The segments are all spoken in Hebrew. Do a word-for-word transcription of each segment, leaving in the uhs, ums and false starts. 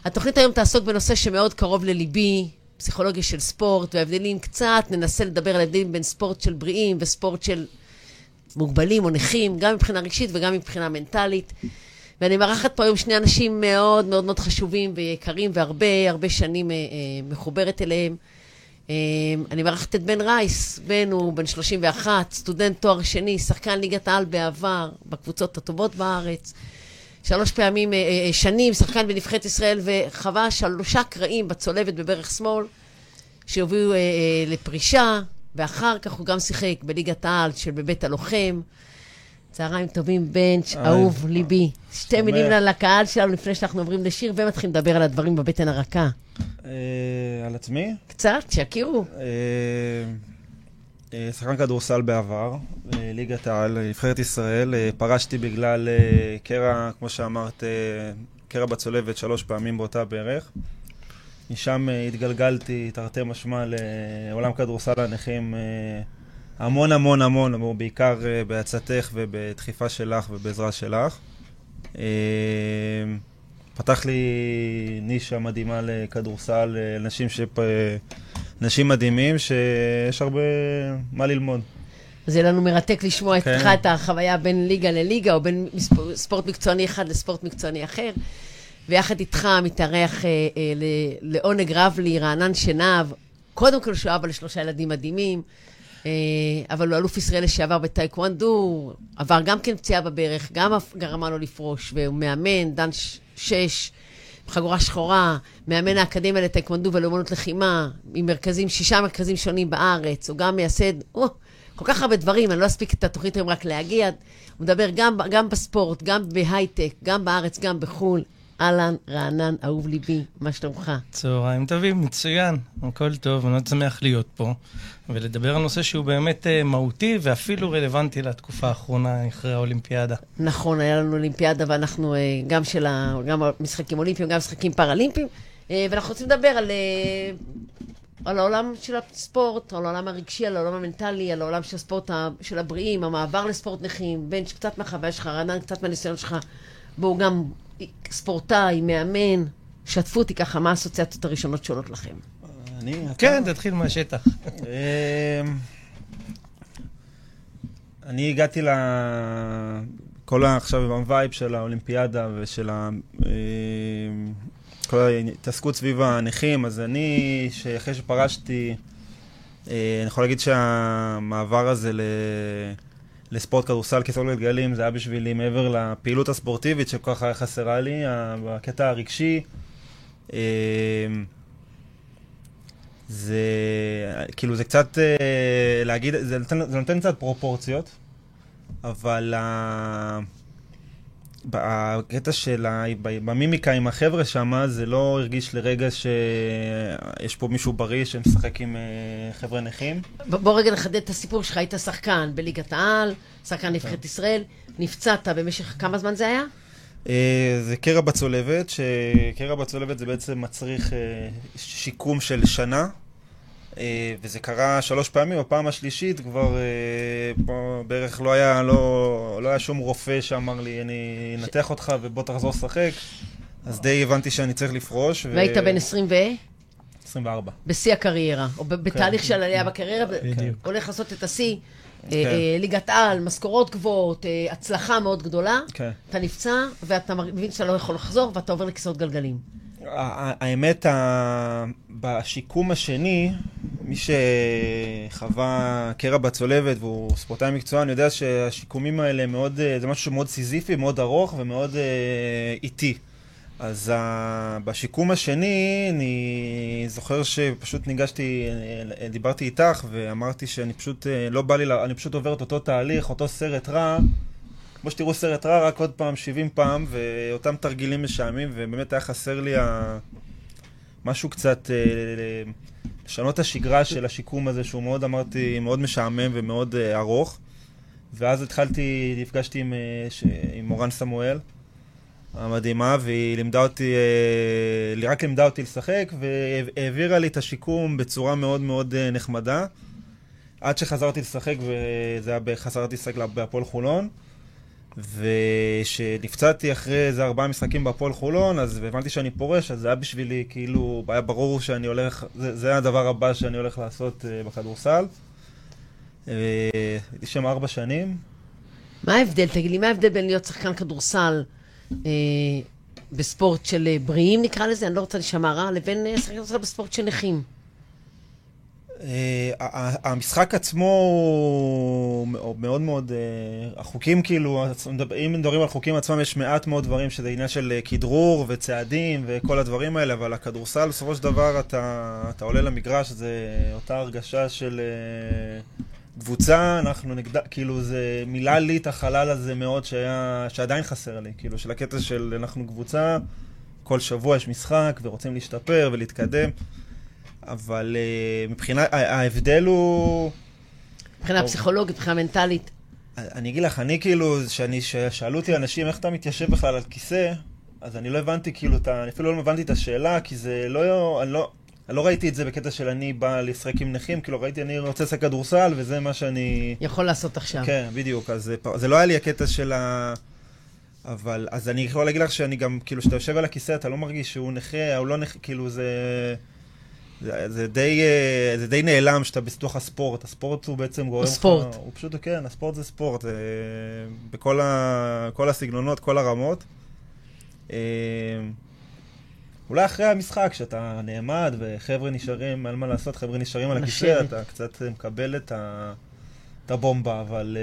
התוכנית היום תעסוק בנושא שמאוד קרוב לליבי, פסיכולוגיה של ספורט, וההבדלים קצת, ננסה לדבר על ההבדלים בין ספורט של בריאים וספורט של מוגבלים או נכים, גם מבחינה רגשית וגם מבחינה מנטלית. ואני מארחת פה היום שני אנשים מאוד מאוד מאוד חשובים ויקרים, והרבה הרבה שנים אה, אה, מחוברת אליהם. אה, אני מארחת את בן רייס. בן הוא בן שלושים ואחת, סטודנט תואר שני, שחקן ליגת העל בעבר, בקבוצות הטובות בארץ. שלוש פעמים, אה, אה, שנים, שחקן בנבחרת ישראל, וחווה שלושה קרעים בצולבת בברך שמאל, שהובילו אה, אה, לפרישה, ואחר כך הוא גם שיחק בליגת העל של בבית הלוחם. צהריים טובים, בנץ', אהוב, ליבי. שתי מילים לקהל שלנו לפני שאנחנו עוברים לשיר, ומתחילים לדבר על הדברים בבטן הרכה. על עצמי? קצת, שיכירו. שחקן כדורסל בעבר, ליגת העל, נבחרת ישראל. פרשתי בגלל קרע, כמו שאמרת, קרע בצולבת שלוש פעמים באותה בערך. משם התגלגלתי, תרתי משמע, לעולם כדורסל הנכים. המון המון המון, בעיקר בהצעתך ובדחיפה שלך ובעזרה שלך. פתח לי נישה מדהימה לכדורסל, אנשים שפ... אנשים מדהימים שיש הרבה מה ללמוד. זה לנו מרתק לשמוע כן. את החוויה בין ליגה לליגה, או בין ספורט מקצועני אחד לספורט מקצועני אחר. ויחד איתך מתארח אה, אה, לעונג רב לי, רענן שנב, קודם כל שהוא אבא לשלושה ילדים מדהימים, אבל הוא אלוף ישראל לשעבר בטייקוונדו, עבר גם כן פציעה בברך, גם גרמה לו לפרוש, והוא מאמן, דן שש, חגורה שחורה, מאמן האקדמיה לטייקוונדו ולאומנות לחימה, עם מרכזים, שישה מרכזים שונים בארץ, הוא גם מייסד, או, כל כך הרבה דברים, אני לא אספיק את התוכנית היום רק להגיע, הוא מדבר גם, גם בספורט, גם בהייטק, גם בארץ, גם בחול. אלן, רענן, אהוב ליבי, מה שלומך? צהריים טובים, מצוין, הכל טוב, אני מאוד שמח להיות פה, ולדבר על נושא שהוא באמת uh, מהותי, ואפילו רלוונטי לתקופה האחרונה אחרי האולימפיאדה. נכון, היה לנו אולימפיאדה, ואנחנו uh, גם של ה... גם משחקים אולימפיים, גם משחקים פראלימפיים, uh, ואנחנו רוצים לדבר על, uh, על העולם של הספורט, על העולם הרגשי, על העולם המנטלי, על העולם של הספורט ה... של הבריאים, המעבר לספורט נכים, בן שקצת מהחוויה שלך, רענן, קצת מהניסיון שלך, בואו גם... ספורטאי, מאמן, שתפו אותי ככה, מה האסוציאציות הראשונות שעולות לכם? אני? כן, תתחיל מהשטח. אני הגעתי לכל עכשיו עם הווייב של האולימפיאדה ושל כל ההתעסקות סביב הנכים, אז אני, אחרי שפרשתי, אני יכול להגיד שהמעבר הזה ל... לספורט כדורסל, כיסאות גלגלים, זה היה בשבילי מעבר לפעילות הספורטיבית שכל כך היה חסרה לי, בקטע הרגשי. זה, כאילו זה קצת, להגיד, זה נותן, זה נותן קצת פרופורציות, אבל בקטע של, במימיקה עם החבר'ה שם, זה לא הרגיש לרגע שיש פה מישהו בריא שמשחק עם חבר'ה נכים. בוא רגע נחדד את הסיפור שלך, היית שחקן בליגת העל, שחקן נבחרת ישראל, נפצעת במשך כמה זמן זה היה? זה קרע בצולבת, שקרע בצולבת זה בעצם מצריך שיקום של שנה, וזה קרה שלוש פעמים, בפעם השלישית כבר בערך לא היה, לא, לא היה שום רופא שאמר לי, אני אנתח אותך ובוא תחזור לשחק, אז די הבנתי שאני צריך לפרוש. והיית בן עשרים ו... עשרים וארבע. בשיא הקריירה, או בתהליך של עלייה בקריירה, הולך לעשות את השיא, ליגת על, משכורות גבוהות, הצלחה מאוד גדולה, אתה נפצע ואתה מבין שאתה לא יכול לחזור ואתה עובר לכיסאות גלגלים. האמת, בשיקום השני, מי שחווה קרע בצולבת והוא ספורטאי מקצוע, אני יודע שהשיקומים האלה מאוד, זה משהו שמאוד סיזיפי, מאוד ארוך ומאוד איטי. אז בשיקום השני, אני זוכר שפשוט ניגשתי, דיברתי איתך ואמרתי שאני פשוט, לא בא לי, אני פשוט עובר את אותו תהליך, אותו סרט רע, כמו שתראו סרט רע, רק עוד פעם, שבעים פעם, ואותם תרגילים משעמים, ובאמת היה חסר לי משהו קצת, לשנות את השגרה של השיקום הזה, שהוא מאוד, אמרתי, מאוד משעמם ומאוד ארוך. ואז התחלתי, נפגשתי עם, עם מורן סמואל, המדהימה, והיא לימדה אותי, רק לימדה אותי לשחק, והעבירה לי את השיקום בצורה מאוד מאוד נחמדה, עד שחזרתי לשחק, וזה היה בחזרתי לשחק בהפועל חולון. ושנפצעתי אחרי איזה ארבעה משחקים בהפועל חולון, אז הבנתי שאני פורש, אז זה היה בשבילי, כאילו, היה ברור שאני הולך, זה, זה הדבר הבא שאני הולך לעשות uh, בכדורסל. הייתי שם ארבע שנים. מה ההבדל? תגיד לי, מה ההבדל בין להיות שחקן כדורסל אה, בספורט של בריאים, נקרא לזה, אני לא רוצה לשמע רע, לבין שחקן כדורסל בספורט של נכים? המשחק עצמו הוא מאוד מאוד, החוקים כאילו, אם מדברים על חוקים עצמם, יש מעט מאוד דברים שזה עניין של כדרור וצעדים וכל הדברים האלה, אבל הכדורסל בסופו של דבר אתה, אתה עולה למגרש, זה אותה הרגשה של קבוצה, אנחנו נגד, כאילו זה מילא לי את החלל הזה מאוד שהיה, שעדיין חסר לי, כאילו של הקטע של אנחנו קבוצה, כל שבוע יש משחק ורוצים להשתפר ולהתקדם. אבל uh, מבחינה, ההבדל הוא... מבחינה פסיכולוגית, מבחינה מנטלית. אני אגיד לך, אני כאילו, שאני, שאלו אותי אנשים איך אתה מתיישב בכלל על כיסא, אז אני לא הבנתי כאילו, אני אפילו לא הבנתי את השאלה, כי זה לא, אני לא, אני לא ראיתי את זה בקטע של אני בא לשחק עם נכים, כאילו ראיתי אני רוצה לשחק כדורסל, וזה מה שאני... יכול לעשות עכשיו. כן, בדיוק, אז זה לא היה לי הקטע של ה... אבל, אז אני יכול להגיד לך שאני גם, כאילו, שאתה יושב על הכיסא, אתה לא מרגיש שהוא נכה, הוא לא נכה, כאילו זה... זה, זה, די, זה די נעלם שאתה בתוך הספורט. הספורט הוא בעצם גורם... הספורט. הוא פשוט, כן, הספורט זה ספורט. זה, בכל ה, כל הסגנונות, כל הרמות. אולי אחרי המשחק, שאתה נעמד וחבר'ה נשארים, אין מה לעשות, חבר'ה נשארים על הכיסא, אתה קצת מקבל את, ה, את הבומבה, אבל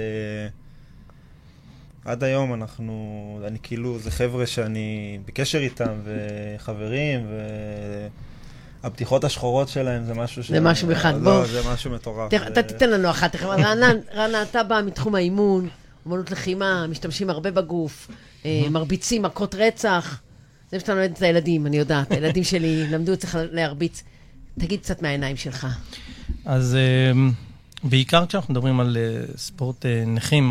uh, עד היום אנחנו, אני כאילו, זה חבר'ה שאני בקשר איתם, וחברים, ו... הפתיחות השחורות שלהם זה משהו ש... זה משהו אחד, בוא. לא, זה משהו מטורף. אתה תיתן לנו אחת. רענן, רענן, אתה בא מתחום האימון, אומנות לחימה, משתמשים הרבה בגוף, מרביצים, מכות רצח. זה שאתה נולדת את הילדים, אני יודעת. הילדים שלי למדו אצלך להרביץ. תגיד קצת מהעיניים שלך. אז בעיקר כשאנחנו מדברים על ספורט נכים,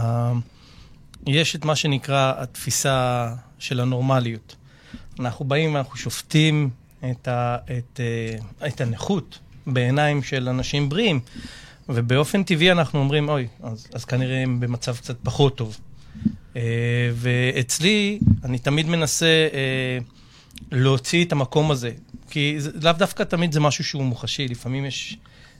יש את מה שנקרא התפיסה של הנורמליות. אנחנו באים ואנחנו שופטים את, ה, את, את הנכות בעיניים של אנשים בריאים, ובאופן טבעי אנחנו אומרים, אוי, אז, אז כנראה הם במצב קצת פחות טוב. ואצלי, אני תמיד מנסה להוציא את המקום הזה, כי לאו דווקא תמיד זה משהו שהוא מוחשי, לפעמים יש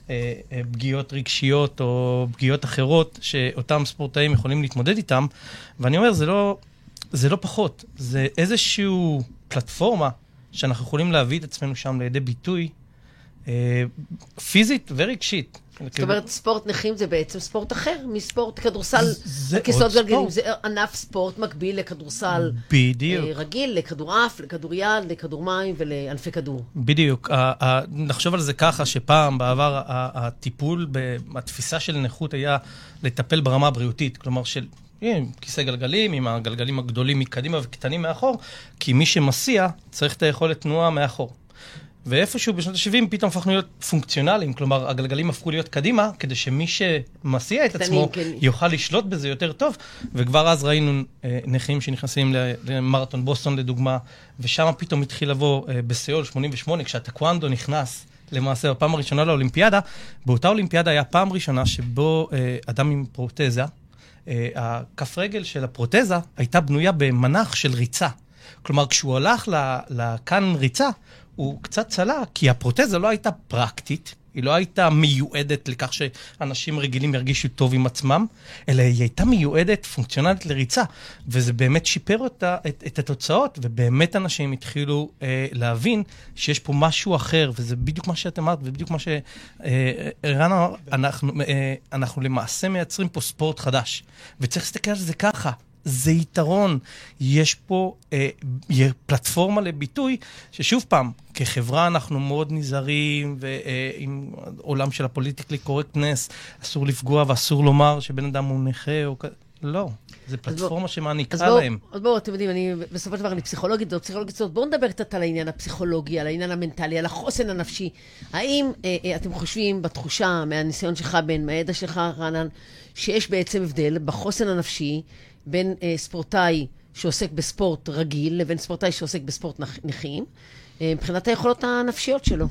פגיעות רגשיות או פגיעות אחרות שאותם ספורטאים יכולים להתמודד איתם, ואני אומר, זה לא, זה לא פחות, זה איזשהו פלטפורמה שאנחנו יכולים להביא את עצמנו שם לידי ביטוי אה, פיזית ורגשית. זאת אומרת, ספורט נכים זה בעצם ספורט אחר מספורט כדורסל בכיסאות גלגלים. זה ענף ספורט מקביל לכדורסל בדיוק. אה, רגיל, לכדורעף, לכדוריד, לכדור מים ולענפי כדור. בדיוק. ה- ה- נחשוב על זה ככה שפעם בעבר ה- הטיפול, התפיסה של נכות היה לטפל ברמה הבריאותית, כלומר של... עם כיסא גלגלים, עם הגלגלים הגדולים מקדימה וקטנים מאחור, כי מי שמסיע צריך את היכולת תנועה מאחור. ואיפשהו בשנות ה-שבעים פתאום הפכנו להיות פונקציונליים, כלומר הגלגלים הפכו להיות קדימה, כדי שמי שמסיע את עצמו כן. יוכל לשלוט בזה יותר טוב, וכבר אז ראינו אה, נכים שנכנסים למרתון בוסטון לדוגמה, ושם פתאום התחיל לבוא אה, בסיול שמונים ושמונה, כשהטקוונדו נכנס למעשה בפעם הראשונה לאולימפיאדה, באותה אולימפיאדה היה פעם ראשונה שבו אה, אדם עם פרוטזה, הכף רגל של הפרוטזה הייתה בנויה במנח של ריצה. כלומר, כשהוא הלך לכאן ריצה, הוא קצת צלה, כי הפרוטזה לא הייתה פרקטית, היא לא הייתה מיועדת לכך שאנשים רגילים ירגישו טוב עם עצמם, אלא היא הייתה מיועדת פונקציונלית לריצה, וזה באמת שיפר אותה, את, את התוצאות, ובאמת אנשים התחילו אה, להבין שיש פה משהו אחר, וזה בדיוק מה שאת אמרת, ובדיוק מה שרן אמר, אנחנו, אה, אנחנו למעשה מייצרים פה ספורט חדש, וצריך להסתכל על זה ככה, זה יתרון, יש פה אה, פלטפורמה לביטוי, ששוב פעם, כחברה אנחנו מאוד נזהרים, ועם עולם של הפוליטיקלי קורקטנס, אסור לפגוע ואסור לומר שבן אדם הוא נכה, או... לא, זה פלטפורמה שמעניקה להם. אז בואו, אתם יודעים, אני בסופו של דבר אני פסיכולוגית, או פסיכולוגית זאת, בואו נדבר קצת על העניין הפסיכולוגי, על העניין המנטלי, על החוסן הנפשי. האם אה, אה, אתם חושבים בתחושה, מהניסיון שלך, בין מהידע שלך, רענן, שיש בעצם הבדל בחוסן הנפשי, בין אה, ספורטאי שעוסק בספורט רגיל, לבין ספורטאי שעוסק בספורט נכים, אה, מבחינת היכולות הנפשיות שלו?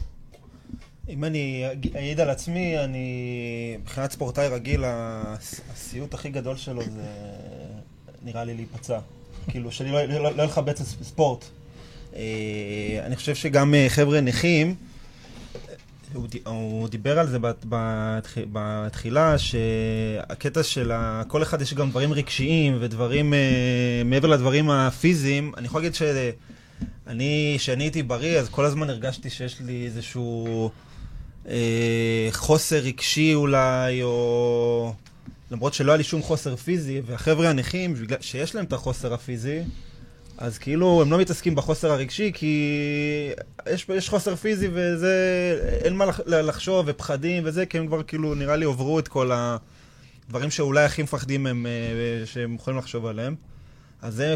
אם אני אעיד על עצמי, אני, מבחינת ספורטאי רגיל, הסיוט הכי גדול שלו זה נראה לי להיפצע. כאילו, שאני לא, לא, לא אלך בעצם ספורט. אני חושב שגם חבר'ה נכים, הוא, הוא דיבר על זה בתחילה, שהקטע של כל אחד יש גם דברים רגשיים ודברים מעבר לדברים הפיזיים. אני יכול להגיד שאני, שאני הייתי בריא, אז כל הזמן הרגשתי שיש לי איזשהו אה, חוסר רגשי אולי, או למרות שלא היה לי שום חוסר פיזי, והחבר'ה הנכים, שיש להם את החוסר הפיזי, אז כאילו הם לא מתעסקים בחוסר הרגשי, כי יש, יש חוסר פיזי וזה, אין מה לחשוב ופחדים וזה, כי הם כבר כאילו נראה לי עוברו את כל הדברים שאולי הכי מפחדים הם, שהם יכולים לחשוב עליהם. אז זה,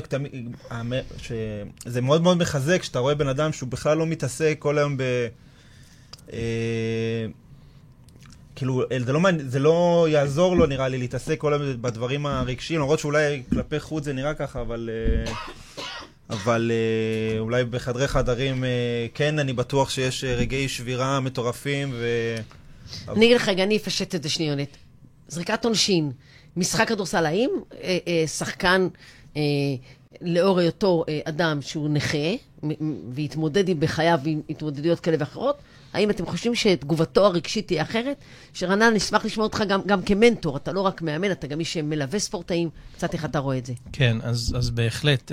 זה מאוד מאוד מחזק שאתה רואה בן אדם שהוא בכלל לא מתעסק כל היום ב... כאילו, זה לא, זה לא יעזור לו נראה לי להתעסק כל היום בדברים הרגשיים, למרות שאולי כלפי חוץ זה נראה ככה, אבל... אבל אולי בחדרי חדרים כן, אני בטוח שיש רגעי שבירה מטורפים ו... אני אגיד לך, אני אפשט את זה שניונת. זריקת עונשין, משחק כדורסל, האם אה, אה, שחקן אה, לאור היותו אה, אדם שהוא נכה, והתמודד בחייו עם התמודדויות כאלה ואחרות, האם אתם חושבים שתגובתו הרגשית תהיה אחרת? שרנן, נשמח לשמוע אותך גם, גם כמנטור, אתה לא רק מאמן, אתה גם מי שמלווה ספורטאים, קצת איך אתה רואה את זה. כן, אז, אז בהחלט.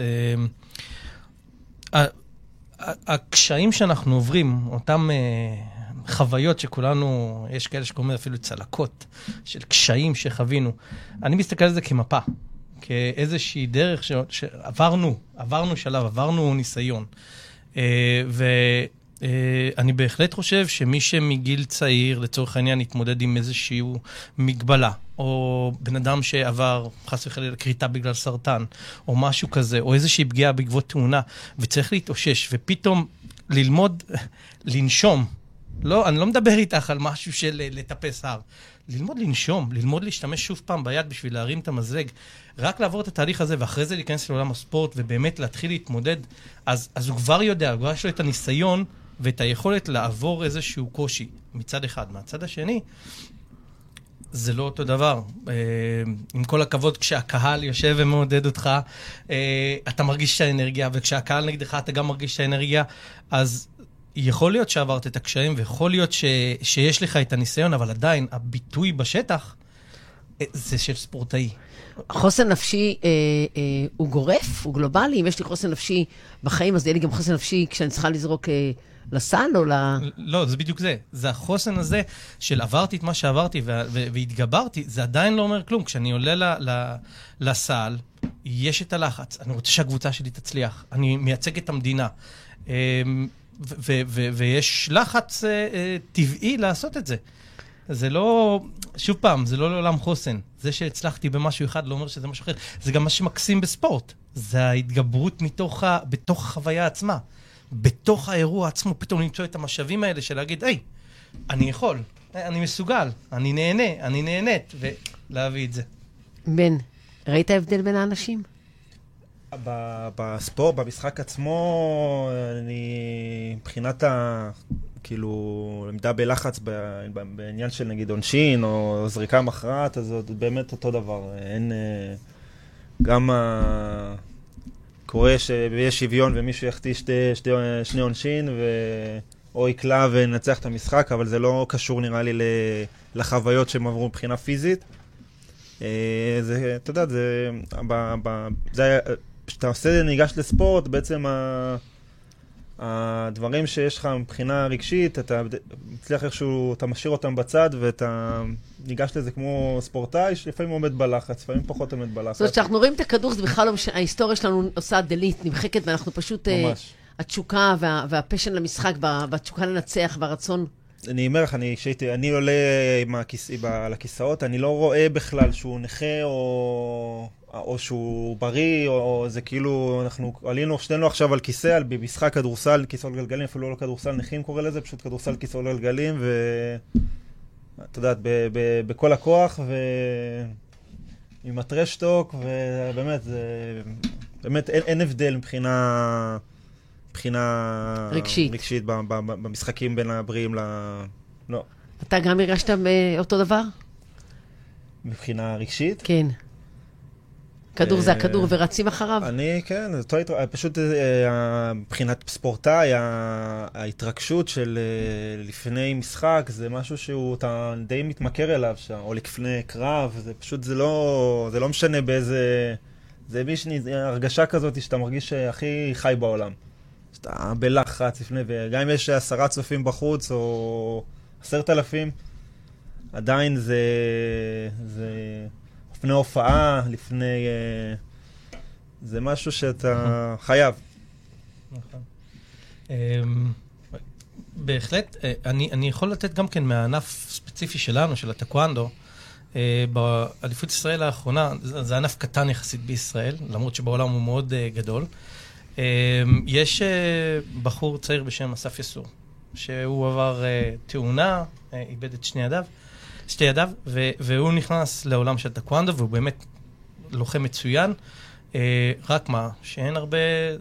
אה, הקשיים שאנחנו עוברים, אותם אה, חוויות שכולנו, יש כאלה שקוראים אפילו צלקות, של קשיים שחווינו, אני מסתכל על זה כמפה, כאיזושהי דרך ש, שעברנו, עברנו שלב, עברנו ניסיון. אה, ו... אני בהחלט חושב שמי שמגיל צעיר, לצורך העניין, התמודד עם איזושהי מגבלה, או בן אדם שעבר, חס וחלילה, קריטה בגלל סרטן, או משהו כזה, או איזושהי פגיעה בעקבות תאונה, וצריך להתאושש, ופתאום ללמוד, לנשום. לא, אני לא מדבר איתך על משהו של לטפס הר. ללמוד לנשום, ללמוד להשתמש שוב פעם ביד בשביל להרים את המזלג, רק לעבור את התהליך הזה, ואחרי זה להיכנס לעולם הספורט, ובאמת להתחיל להתמודד, אז, אז הוא כבר יודע, כבר יש לו את הניסיון, ואת היכולת לעבור איזשהו קושי מצד אחד. מהצד השני, זה לא אותו דבר. עם כל הכבוד, כשהקהל יושב ומעודד אותך, אתה מרגיש את האנרגיה, וכשהקהל נגדך אתה גם מרגיש את האנרגיה, אז יכול להיות שעברת את הקשיים, ויכול להיות ש... שיש לך את הניסיון, אבל עדיין הביטוי בשטח זה של ספורטאי. חוסן נפשי אה, אה, הוא גורף, הוא גלובלי. אם יש לי חוסן נפשי בחיים, אז יהיה לי גם חוסן נפשי כשאני צריכה לזרוק אה, לסל או ל... לא, זה בדיוק זה. זה החוסן הזה של עברתי את מה שעברתי ו- ו- והתגברתי, זה עדיין לא אומר כלום. כשאני עולה ל- ל- לסל, יש את הלחץ. אני רוצה שהקבוצה שלי תצליח. אני מייצג את המדינה. ו- ו- ו- ויש לחץ טבעי לעשות את זה. זה לא, שוב פעם, זה לא לעולם חוסן. זה שהצלחתי במשהו אחד לא אומר שזה משהו אחר. זה גם מה שמקסים בספורט. זה ההתגברות מתוך ה, בתוך החוויה עצמה. בתוך האירוע עצמו, פתאום למצוא את המשאבים האלה של להגיד, היי, אני יכול, אני מסוגל, אני נהנה, אני נהנית, ולהביא את זה. בן, ראית ההבדל בין האנשים? בספורט, במשחק עצמו, אני, מבחינת ה... כאילו, עמדה בלחץ בעניין של נגיד עונשין או זריקה מכרעת, אז זה באמת אותו דבר. אין, גם ה... קורה שיש שוויון ומישהו יחטיא שתי, שתי, שני עונשין ו... או יקלה ונצח את המשחק, אבל זה לא קשור נראה לי לחוויות שהם עברו מבחינה פיזית. זה, אתה יודע, זה... ב, ב, זה כשאתה עושה ניגש לספורט, בעצם ה... הדברים שיש לך מבחינה רגשית, אתה מצליח איכשהו, אתה משאיר אותם בצד, ואתה ניגש לזה כמו ספורטאי, שלפעמים עומד בלחץ, לפעמים פחות עומד בלחץ. זאת אומרת, כשאנחנו רואים את הכדור, זה בכלל לא משנה, ההיסטוריה שלנו עושה דלית, נמחקת, ואנחנו פשוט, ממש. התשוקה וה, והפשן למשחק, והתשוקה לנצח, והרצון. אני אומר לך, אני, שהייתי, אני עולה עם הכיס, על הכיסאות, אני לא רואה בכלל שהוא נכה או... או שהוא בריא, או זה כאילו, אנחנו עלינו שנינו עכשיו על כיסא, על במשחק כדורסל, כיסאות גלגלים, אפילו לא כדורסל נכים קורא לזה, פשוט כדורסל כיסאות גלגלים, ואתה יודעת, בכל הכוח, ועם הטרשטוק, ובאמת, זה, באמת, אין, אין הבדל מבחינה, מבחינה רגשית, רגשית במשחקים בין הבריאים ל... לא. אתה גם הרגשת אותו דבר? מבחינה רגשית? כן. כדור זה הכדור ורצים אחריו? אני, כן, אותו התר... פשוט מבחינת ספורטאי, ההתרגשות של לפני משחק, זה משהו שהוא, אתה די מתמכר אליו שם, או לפני קרב, זה פשוט, זה לא, זה לא משנה באיזה, זה מישני, הרגשה כזאת שאתה מרגיש הכי חי בעולם. שאתה בלחץ לפני, וגם אם יש עשרה צופים בחוץ, או עשרת אלפים, עדיין זה, זה לפני הופעה, לפני, זה משהו שאתה חייב. נכון. בהחלט, אני, אני יכול לתת גם כן מהענף ספציפי שלנו, של הטקוונדו, באליפות ישראל האחרונה, זה ענף קטן יחסית בישראל, למרות שבעולם הוא מאוד גדול. יש בחור צעיר בשם אסף יסור, שהוא עבר תאונה, איבד את שני ידיו, שתי ידיו, והוא נכנס לעולם של טקוונדו, והוא באמת לוחם מצוין. רק מה, שאין הרבה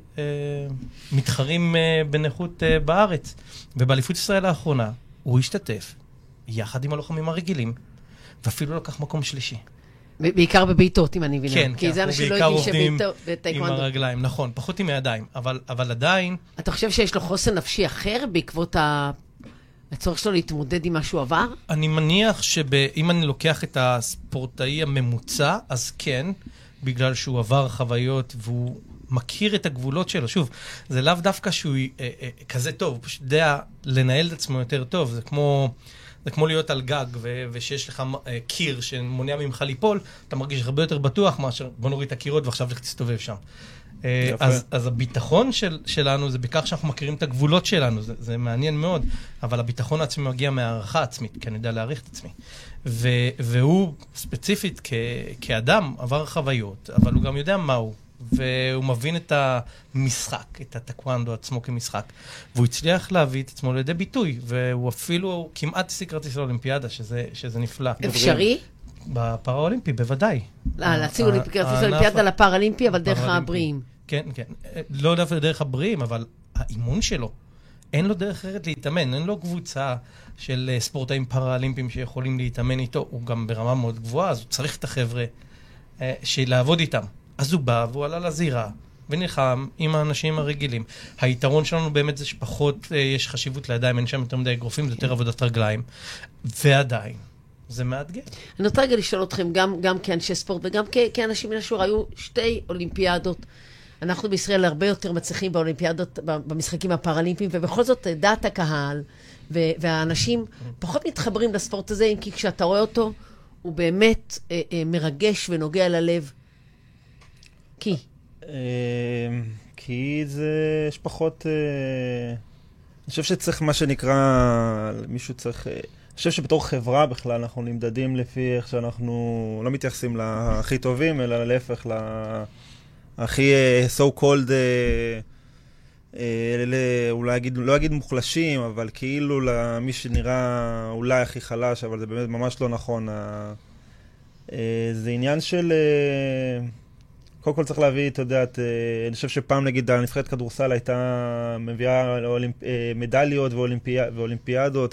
מתחרים בנכות בארץ. ובאליפות ישראל האחרונה, הוא השתתף יחד עם הלוחמים הרגילים, ואפילו לקח מקום שלישי. בעיקר בביתות, אם אני מבינה. כן, כי זה אנשים לא בעיקר יודעים עובדים שבטקוונדו. עם הרגליים, נכון, פחות עם הידיים, אבל, אבל עדיין... אתה חושב שיש לו חוסן נפשי אחר בעקבות ה... הצורך שלו להתמודד עם מה שהוא עבר? אני מניח שאם אני לוקח את הספורטאי הממוצע, אז כן, בגלל שהוא עבר חוויות והוא מכיר את הגבולות שלו. שוב, זה לאו דווקא שהוא אה, אה, כזה טוב, הוא פשוט יודע לנהל את עצמו יותר טוב. זה כמו... זה כמו להיות על גג, ו- ושיש לך uh, קיר שמונע ממך ליפול, אתה מרגיש הרבה יותר בטוח מאשר בוא נוריד את הקירות ועכשיו לך תסתובב שם. Uh, אז, אז הביטחון של, שלנו זה בכך שאנחנו מכירים את הגבולות שלנו, זה, זה מעניין מאוד, אבל הביטחון העצמי מגיע מהערכה עצמית, כי אני יודע להעריך את עצמי. ו- והוא ספציפית כ- כאדם עבר חוויות, אבל הוא גם יודע מהו. והוא מבין את המשחק, את הטקוונדו עצמו כמשחק, והוא הצליח להביא את עצמו לידי ביטוי, והוא אפילו כמעט השיג כרטיס לאולימפיאדה, שזה, שזה נפלא. אפשרי? בפאראלימפי, בוודאי. להציג כרטיס לאולימפיאדה לפאראלימפי, אבל דרך הבריאים. כן, כן. לא דווקא דרך הבריאים, אבל האימון שלו, אין לו דרך אחרת להתאמן, אין לו קבוצה של ספורטאים פאראלימפיים שיכולים להתאמן איתו, הוא גם ברמה מאוד גבוהה, אז הוא צריך את החבר'ה שלעבוד איתם. אז הוא בא והוא עלה לזירה ונלחם עם האנשים הרגילים. היתרון שלנו באמת זה שפחות יש חשיבות לידיים, אין שם יותר מדי אגרופים, זה יותר עבודת רגליים. ועדיין, זה מאתגר. אני רוצה רגע לשאול אתכם, גם, גם כאנשי ספורט וגם כ- כאנשים מן השורה, היו שתי אולימפיאדות. אנחנו בישראל הרבה יותר מצליחים באולימפיאדות, במשחקים הפאראלימפיים, ובכל זאת דעת הקהל ו- והאנשים פחות מתחברים לספורט הזה, כי כשאתה רואה אותו, הוא באמת אה, אה, מרגש ונוגע ללב. כי? כי זה, יש פחות, אני חושב שצריך מה שנקרא, מישהו צריך, אני חושב שבתור חברה בכלל אנחנו נמדדים לפי איך שאנחנו לא מתייחסים להכי טובים, אלא להפך, להכי so called, אולי אגיד, לא אגיד מוחלשים, אבל כאילו למי שנראה אולי הכי חלש, אבל זה באמת ממש לא נכון. זה עניין של... קודם כל צריך להביא, אתה יודע, אני חושב שפעם נגיד הנבחרת כדורסל הייתה מביאה מדליות ואולימפיאדות,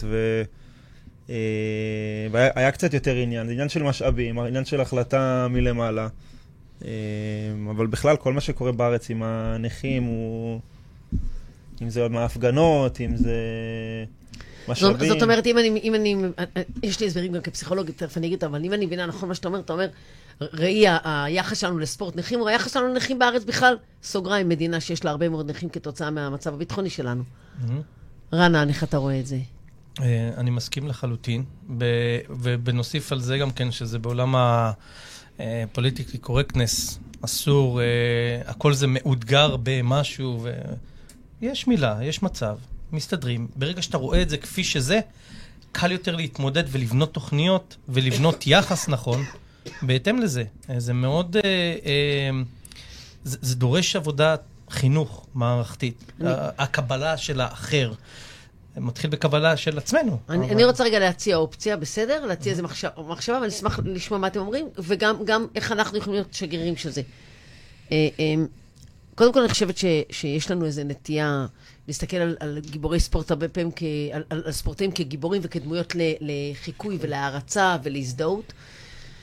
והיה קצת יותר עניין, זה עניין של משאבים, עניין של החלטה מלמעלה, אבל בכלל כל מה שקורה בארץ עם הנכים, אם זה מההפגנות, אם זה משאבים. זאת אומרת, אם אני, יש לי הסברים גם כפסיכולוגית, תכף אני אגיד, אבל אם אני מבינה נכון מה שאתה אומר, אתה אומר, ראי, היחס שלנו לספורט נכים, או היחס שלנו לנכים בארץ בכלל, סוגריים, מדינה שיש לה הרבה מאוד נכים כתוצאה מהמצב הביטחוני שלנו. רנה, איך אתה רואה את זה? אני מסכים לחלוטין, ובנוסיף על זה גם כן, שזה בעולם הפוליטיקלי קורקטנס, אסור, הכל זה מאותגר במשהו, ויש מילה, יש מצב, מסתדרים. ברגע שאתה רואה את זה כפי שזה, קל יותר להתמודד ולבנות תוכניות, ולבנות יחס נכון, בהתאם לזה. זה מאוד, אה, אה, זה, זה דורש עבודת חינוך מערכתית. אני... הקבלה של האחר מתחיל בקבלה של עצמנו. אני, אבל... אני רוצה רגע להציע אופציה, בסדר? להציע איזה מחשב, מחשבה, ואני אשמח לשמוע מה אתם אומרים, וגם גם איך אנחנו יכולים להיות שגרירים של זה. אה, אה, קודם כל אני חושבת ש, שיש לנו איזו נטייה להסתכל על, על גיבורי ספורט הרבה פעמים, כ, על, על, על ספורטאים כגיבורים וכדמויות ל, לחיקוי ולהערצה ולהזדהות.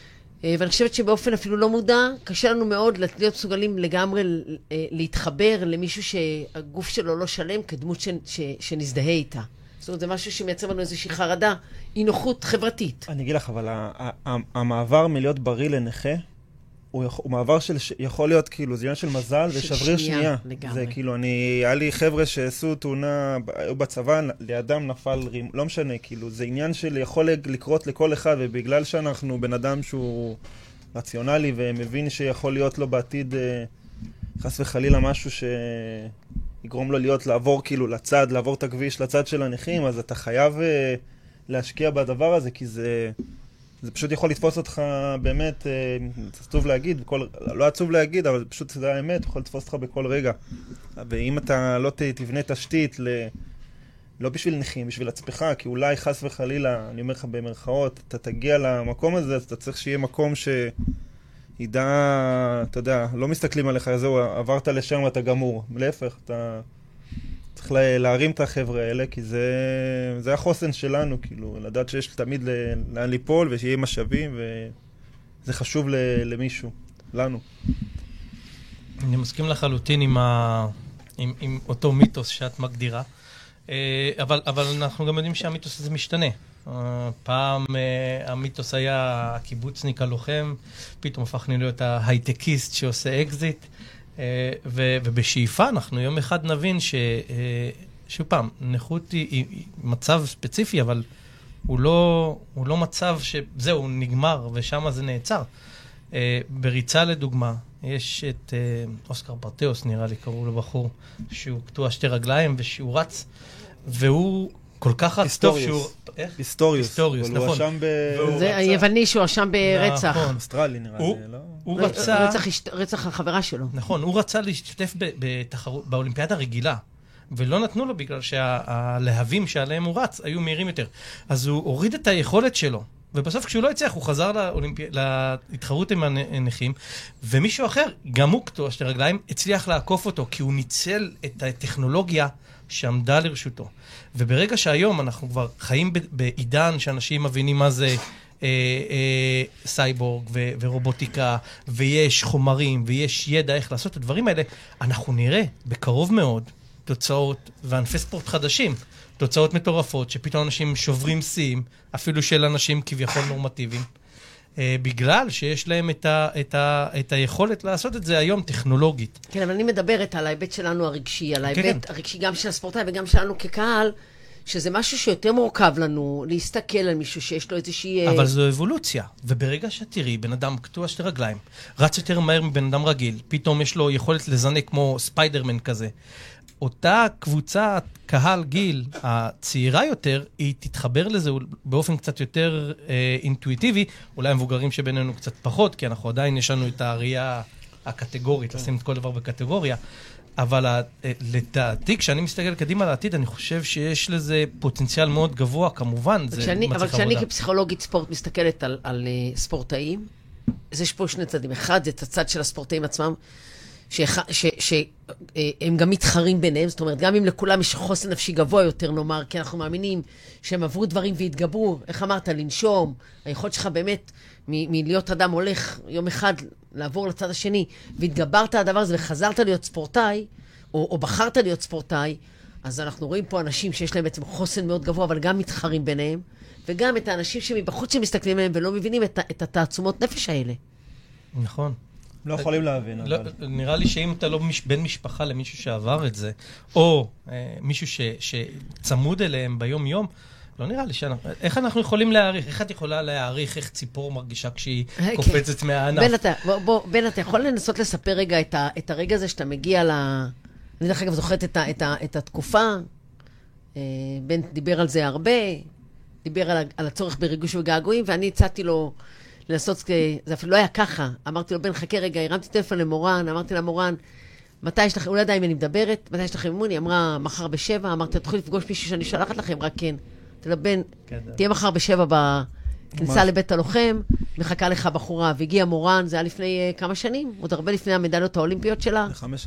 ואני חושבת שבאופן אפילו לא מודע, קשה לנו מאוד להיות מסוגלים לגמרי להתחבר למישהו שהגוף שלו לא שלם כדמות ש, ש, שנזדהה איתה. זאת אומרת, זה משהו שמייצר לנו איזושהי חרדה, אי נוחות חברתית. אני אגיד לך, אבל המעבר מלהיות בריא לנכה, הוא מעבר שיכול להיות כאילו, זה עניין של מזל ושבריר שנייה. זה כאילו, אני, היה לי חבר'ה שעשו תאונה, היו בצבא, לידם נפל רים, לא משנה, כאילו, זה עניין של יכול לקרות לכל אחד, ובגלל שאנחנו בן אדם שהוא רציונלי ומבין שיכול להיות לו בעתיד חס וחלילה משהו שיגרום לו להיות, לעבור כאילו לצד, לעבור את הכביש לצד של הנכים, אז אתה חייב להשקיע בדבר הזה, כי זה... זה פשוט יכול לתפוס אותך באמת, עצוב להגיד, בכל, לא עצוב להגיד, אבל פשוט זה האמת, יכול לתפוס אותך בכל רגע. ואם אתה לא תבנה תשתית, ל, לא בשביל נכים, בשביל עצמך, כי אולי חס וחלילה, אני אומר לך במרכאות, אתה תגיע למקום הזה, אז אתה צריך שיהיה מקום שידע, אתה יודע, לא מסתכלים עליך, זהו, עברת לשם ואתה גמור. להפך, אתה... צריך להרים את החבר'ה האלה, כי זה, זה החוסן שלנו, כאילו, לדעת שיש תמיד לאן ליפול ושיהיה משאבים, וזה חשוב למישהו, לנו. אני מסכים לחלוטין עם, ה... עם, עם אותו מיתוס שאת מגדירה, אבל, אבל אנחנו גם יודעים שהמיתוס הזה משתנה. פעם המיתוס היה הקיבוצניק הלוחם, פתאום הפכנו להיות ההייטקיסט שעושה אקזיט, ו- ובשאיפה אנחנו יום אחד נבין ש... שוב פעם, נכות היא, היא מצב ספציפי, אבל הוא לא, הוא לא מצב שזהו, הוא נגמר ושם זה נעצר. בריצה לדוגמה, יש את אוסקר ברטאוס, נראה לי קראו לו בחור, שהוא קטוע שתי רגליים ושהוא רץ, והוא כל כך רץ טוב שהוא... איך? היסטוריוס. היסטוריוס, נכון. זה היווני שהוא אשם ברצח. נכון, אוסטרלי נראה לי, לא? הוא רצה... רצח החברה שלו. נכון, הוא רצה להשתתף בתחרות, באולימפיאדה רגילה, ולא נתנו לו בגלל שהלהבים שעליהם הוא רץ היו מהירים יותר. אז הוא הוריד את היכולת שלו, ובסוף כשהוא לא הצליח, הוא חזר לאולימפי... להתחרות עם הנכים, ומישהו אחר, גם הוא קטוע שתי רגליים, הצליח לעקוף אותו, כי הוא ניצל את הטכנולוגיה שעמדה לרשותו. וברגע שהיום אנחנו כבר חיים בעידן שאנשים מבינים מה זה אה, אה, סייבורג ו- ורובוטיקה, ויש חומרים, ויש ידע איך לעשות את הדברים האלה, אנחנו נראה בקרוב מאוד תוצאות וענפי ספורט חדשים, תוצאות מטורפות, שפתאום אנשים שוברים שיאים, אפילו של אנשים כביכול נורמטיביים, אה, בגלל שיש להם את, ה- את, ה- את היכולת לעשות את זה היום טכנולוגית. כן, אבל אני מדברת על ההיבט שלנו הרגשי, על ההיבט כן. הרגשי גם של הספורטאי וגם שלנו כקהל, שזה משהו שיותר מורכב לנו, להסתכל על מישהו שיש לו איזושהי... אבל זו אבולוציה, וברגע שתראי, בן אדם קטוע שתי רגליים, רץ יותר מהר מבן אדם רגיל, פתאום יש לו יכולת לזנק כמו ספיידרמן כזה. אותה קבוצת קהל גיל הצעירה יותר, היא תתחבר לזה באופן קצת יותר אה, אינטואיטיבי, אולי המבוגרים שבינינו קצת פחות, כי אנחנו עדיין יש לנו את הראייה הקטגורית, לשים את כל דבר בקטגוריה, אבל לדעתי, כשאני מסתכל קדימה לעתיד, אני חושב שיש לזה פוטנציאל מאוד גבוה, כמובן, זה מצליח עבודה. אבל כשאני כפסיכולוגית ספורט מסתכלת על, על uh, ספורטאים, אז יש פה שני צדים. אחד, זה את הצד של הספורטאים עצמם, שהם גם מתחרים ביניהם, זאת אומרת, גם אם לכולם יש חוסן נפשי גבוה יותר, נאמר, כי אנחנו מאמינים שהם עברו דברים והתגברו, איך אמרת, לנשום, היכולת שלך באמת מלהיות אדם הולך יום אחד לעבור לצד השני, והתגברת הדבר הזה וחזרת להיות ספורטאי, או, או בחרת להיות ספורטאי, אז אנחנו רואים פה אנשים שיש להם בעצם חוסן מאוד גבוה, אבל גם מתחרים ביניהם, וגם את האנשים שמבחוץ שמסתכלים עליהם ולא מבינים את, את התעצומות נפש האלה. נכון. לא יכולים להבין, לא, אבל... נראה לי שאם אתה לא מש, בן משפחה למישהו שעבר את זה, או אה, מישהו ש, שצמוד אליהם ביום יום, לא נראה לי שאנחנו... איך אנחנו יכולים להעריך? איך את יכולה להעריך איך ציפור מרגישה כשהיא okay. קופצת מהענף? בן, אתה, בוא, בוא, בן, אתה יכול לנסות לספר רגע את, ה, את הרגע הזה שאתה מגיע ל... אני דרך אגב זוכרת את, ה, את, ה, את התקופה, אה, בן דיבר על זה הרבה, דיבר על, על הצורך בריגוש וגעגועים, ואני הצעתי לו... לנסות, זה אפילו לא היה ככה. אמרתי לו, בן, חכה רגע, הרמתי טלפון למורן, אמרתי לה, מורן, מתי יש לכם, הוא לא ידע אם אני מדברת, מתי יש לכם אימון? היא אמרה, מחר בשבע, אמרתי, תוכלי לפגוש מישהו שאני שולחת לכם, רק כן. אמרתי לה, בן, תהיה מחר בשבע בכניסה לבית הלוחם, מחכה לך בחורה, והגיע מורן, זה היה לפני כמה שנים, עוד הרבה לפני המדליות האולימפיות שלה. חמש שנים.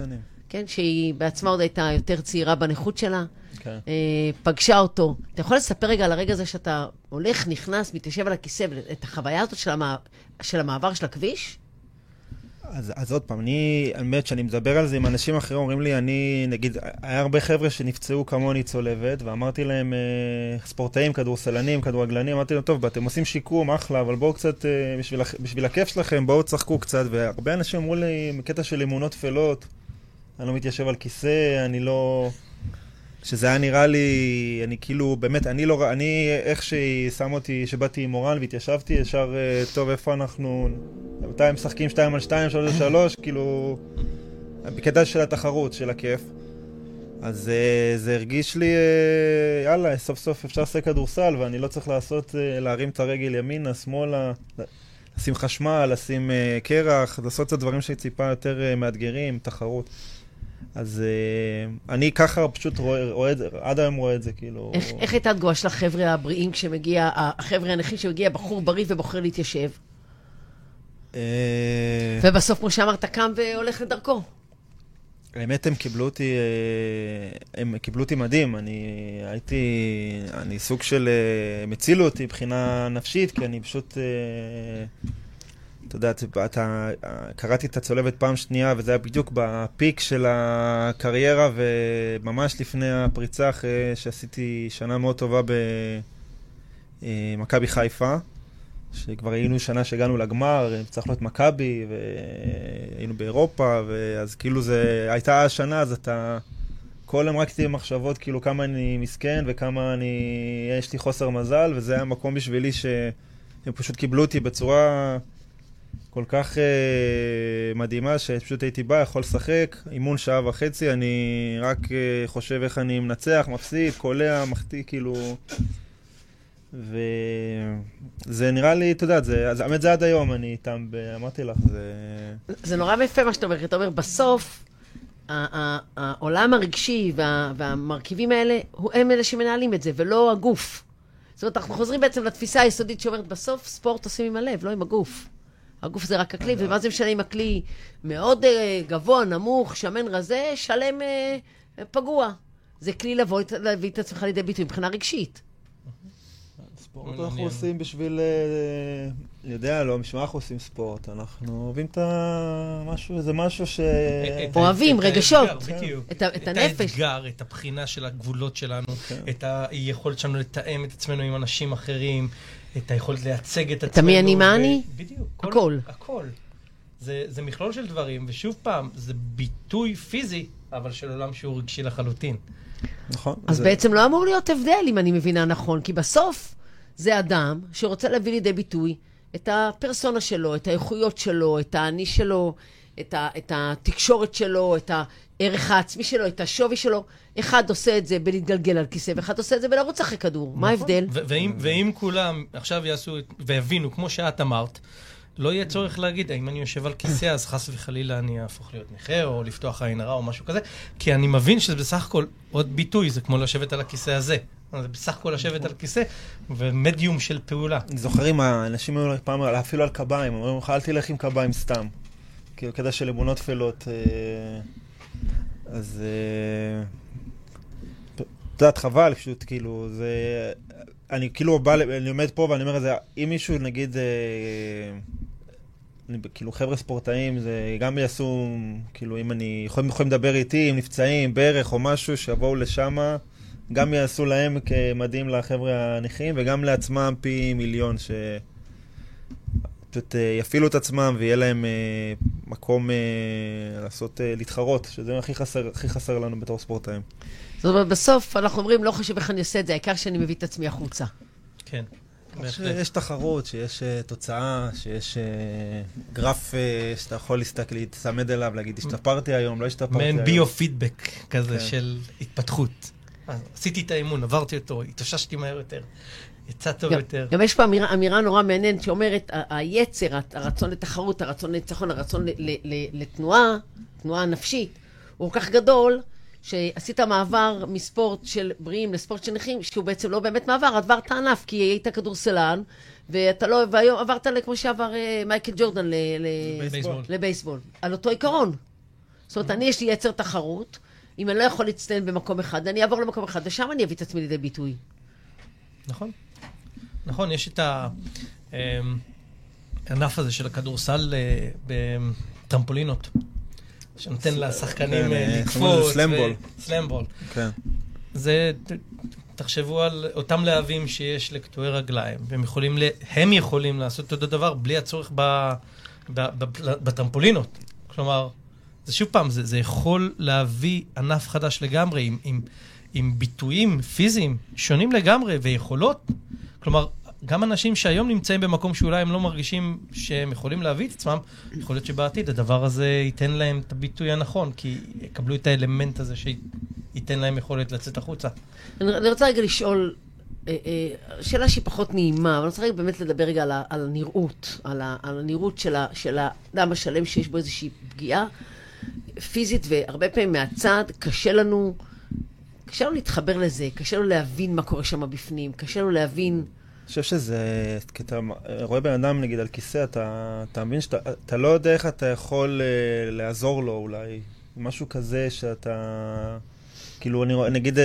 כן, שהיא בעצמה עוד הייתה יותר צעירה בנכות שלה, כן. פגשה אותו. אתה יכול לספר רגע על הרגע הזה שאתה הולך, נכנס, מתיישב על הכיסא, את החוויה הזאת של, המע... של המעבר של הכביש? אז, אז עוד פעם, אני, באמת, שאני מדבר על זה עם אנשים אחרים, אומרים לי, אני, נגיד, היה הרבה חבר'ה שנפצעו כמוני צולבת, ואמרתי להם, אה, ספורטאים, כדורסלנים, כדורגלנים, אמרתי להם, טוב, אתם עושים שיקום, אחלה, אבל בואו קצת, אה, בשביל, בשביל הכיף שלכם, בואו תשחקו קצת, והרבה אנשים אמרו לי, מקטע של אמונות תפלות, אני לא מתיישב על כיסא, אני לא... שזה היה נראה לי, אני כאילו, באמת, אני לא, אני, איך שהיא שם אותי, שבאתי עם מורן והתיישבתי, ישר, טוב, איפה אנחנו, מתי הם משחקים שתיים על שתיים, שלוש על שלוש, כאילו, בקטע של התחרות, של הכיף. אז זה הרגיש לי, יאללה, סוף סוף אפשר לעשות כדורסל, ואני לא צריך לעשות, להרים את הרגל ימינה, שמאלה, לשים חשמל, לשים קרח, לעשות את הדברים שציפה יותר מאתגרים, תחרות. אז uh, אני ככה פשוט רואה, רואה, עד היום רואה את זה, כאילו... איך, איך הייתה התגובה של החבר'ה הבריאים כשמגיע, החבר'ה הנכים שמגיע בחור בריא ובוחר להתיישב? Uh... ובסוף, כמו שאמרת, קם והולך לדרכו. האמת, הם קיבלו אותי, הם קיבלו אותי מדהים. אני הייתי, אני סוג של, הם הצילו אותי מבחינה נפשית, כי אני פשוט... אתה יודע, אתה, קראתי את הצולבת פעם שנייה, וזה היה בדיוק בפיק של הקריירה, וממש לפני הפריצה, אחרי שעשיתי שנה מאוד טובה במכבי חיפה, שכבר היינו שנה שהגענו לגמר, צריך להיות מכבי, והיינו באירופה, ואז כאילו זה, הייתה השנה, אז אתה, כל הם רק תהיה מחשבות, כאילו כמה אני מסכן, וכמה אני, יש לי חוסר מזל, וזה היה מקום בשבילי שהם פשוט קיבלו אותי בצורה... כל כך uh, מדהימה, שפשוט הייתי בא, יכול לשחק, אימון שעה וחצי, אני רק uh, חושב איך אני מנצח, מפסיד, קולע, מחטיא, כאילו... וזה נראה לי, אתה יודע, זה, אז האמת זה עד היום, אני איתם, אמרתי לך, זה... זה נורא יפה מה שאתה אומר, אתה אומר, בסוף, העולם הרגשי וה, והמרכיבים האלה, הם אלה שמנהלים את זה, ולא הגוף. זאת אומרת, אנחנו חוזרים בעצם לתפיסה היסודית שאומרת, בסוף ספורט עושים עם הלב, לא עם הגוף. הגוף זה רק הכלי, ומה זה משנה אם הכלי מאוד uh, גבוה, נמוך, שמן רזה, שלם uh, פגוע. זה כלי לבוא, להביא את עצמך לידי ביטוי מבחינה רגשית. ספורט אנחנו עושים בשביל, אני יודע, לא, משמע אנחנו עושים ספורט, אנחנו אוהבים את המשהו, זה משהו ש... אוהבים, רגשות, את הנפש. את האתגר, את הבחינה של הגבולות שלנו, את היכולת שלנו לתאם את עצמנו עם אנשים אחרים, את היכולת לייצג את עצמנו. את מי אני, מה אני? בדיוק. הכל. הכל. זה מכלול של דברים, ושוב פעם, זה ביטוי פיזי, אבל של עולם שהוא רגשי לחלוטין. נכון. אז בעצם לא אמור להיות הבדל, אם אני מבינה נכון, כי בסוף זה אדם שרוצה להביא לידי ביטוי את הפרסונה שלו, את האיכויות שלו, את האני שלו, את, ה, את התקשורת שלו, את הערך העצמי שלו, את השווי שלו. אחד עושה את זה בלהתגלגל על כיסא, ואחד עושה את זה בלרוץ אחרי כדור. מה ההבדל? ואם, ואם כולם עכשיו יעשו ויבינו, כמו שאת אמרת, לא יהיה צורך להגיד, אם אני יושב על כיסא, אז חס וחלילה אני אהפוך להיות נכה, או לפתוח עין הרע, או משהו כזה, כי אני מבין שזה בסך הכל עוד ביטוי, זה כמו לשבת על הכיסא הזה. זה בסך הכל לשבת על כיסא, ומדיום של פעולה. אני זוכרים, האנשים היו פעם, אפילו על קביים, אומרים, אל תלך עם קביים סתם. כאילו, כדאי של אמונות תפלות. אז... אתה יודעת, חבל, פשוט, כאילו, זה... אני כאילו בא, אני עומד פה ואני אומר את זה, אם מישהו, נגיד, כאילו, חבר'ה ספורטאים, זה גם יעשו, כאילו, אם אני... יכולים לדבר איתי, אם נפצעים, בערך או משהו, שיבואו לשם, גם יעשו להם כמדהים לחבר'ה הנכים, וגם לעצמם פי מיליון, ש... פשוט יפעילו את עצמם ויהיה להם מקום לעשות, להתחרות, שזה הכי חסר, הכי חסר לנו בתור ספורטאים. זאת אומרת, בסוף אנחנו אומרים, לא חושב איך אני אעשה את זה, העיקר שאני מביא את עצמי החוצה. כן. שיש תחרות, שיש תוצאה, שיש גרף שאתה יכול להסתכל, להתסמד אליו, להגיד, השתפרתי היום, לא השתפרתי היום. מעין ביו-פידבק כזה של התפתחות. עשיתי את האימון, עברתי אותו, התאוששתי מהר יותר. יצא טוב יותר. גם יש פה אמירה, אמירה נורא מעניינת שאומרת, היצר, הרצון לתחרות, הרצון לניצחון, הרצון לתנועה, תנועה נפשית, הוא כל כך גדול, שעשית מעבר מספורט של בריאים לספורט של נכים, שהוא בעצם לא באמת מעבר, עברת ענף, כי היית כדורסלן, ואתה לא, והיום עברת כמו שעבר מייקל ג'ורדן לבייסבול. על אותו עיקרון. זאת אומרת, אני יש לי יצר תחרות, אם אני לא יכול להצטיין במקום אחד, אני אעבור למקום אחד, ושם אני אביא את עצמי לידי ביטוי. נכון. נכון, יש את הענף הזה של הכדורסל בטרמפולינות, שנותן לשחקנים לקפוץ. סלמבול. סלמבול. כן. זה, תחשבו על אותם להבים שיש לקטועי רגליים, והם יכולים, הם יכולים לעשות אותו דבר בלי הצורך בטרמפולינות. כלומר, זה שוב פעם, זה, זה יכול להביא ענף חדש לגמרי, עם, עם, עם ביטויים פיזיים שונים לגמרי, ויכולות. כלומר, גם אנשים שהיום נמצאים במקום שאולי הם לא מרגישים שהם יכולים להביא את עצמם, יכול להיות שבעתיד הדבר הזה ייתן להם את הביטוי הנכון, כי יקבלו את האלמנט הזה שייתן להם יכולת לצאת החוצה. אני, אני רוצה רגע לשאול, אה, אה, שאלה שהיא פחות נעימה, אבל אני רוצה רגע באמת לדבר רגע על, על הנראות, על, ה, על הנראות של, ה, של האדם השלם שיש בו איזושהי פגיעה פיזית, והרבה פעמים מהצד קשה לנו, קשה לנו להתחבר לזה, קשה לנו להבין מה קורה שם בפנים, קשה לנו להבין... אני חושב שזה, כי אתה רואה בן אדם נגיד על כיסא, אתה, אתה מבין שאתה אתה לא יודע איך אתה יכול uh, לעזור לו אולי, משהו כזה שאתה, כאילו אני נגיד, uh,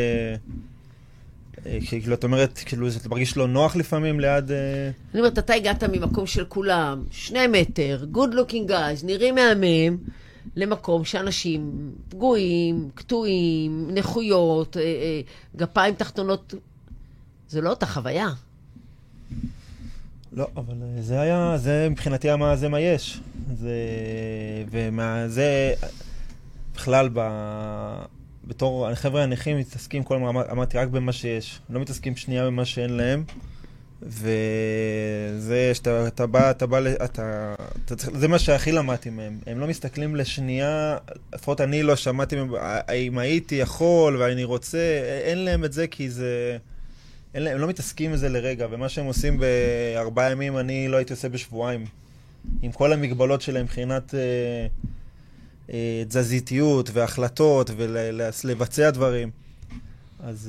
uh, כאילו את אומרת, כאילו אתה מרגיש לא נוח לפעמים ליד... Uh... אני אומרת, אתה הגעת ממקום של כולם, שני מטר, good looking guys, נראים מהמם, למקום שאנשים פגועים, קטועים, נכויות, uh, uh, גפיים תחתונות, זה לא אותה חוויה. לא, אבל זה היה, זה מבחינתי מה, זה מה יש. זה, ומה, זה בכלל ב, בתור, החבר'ה הנכים מתעסקים כל הזמן, אמרתי רק במה שיש. לא מתעסקים שנייה במה שאין להם. וזה, שאתה, אתה בא, אתה בא, אתה, אתה, זה מה שהכי למדתי מהם. הם לא מסתכלים לשנייה, לפחות אני לא שמעתי מהם, אם הייתי יכול ואני רוצה, אין להם את זה כי זה... הם לא מתעסקים בזה לרגע, ומה שהם עושים בארבעה ימים אני לא הייתי עושה בשבועיים. עם כל המגבלות שלהם מבחינת אה, אה, תזזיתיות והחלטות ולבצע דברים. אז...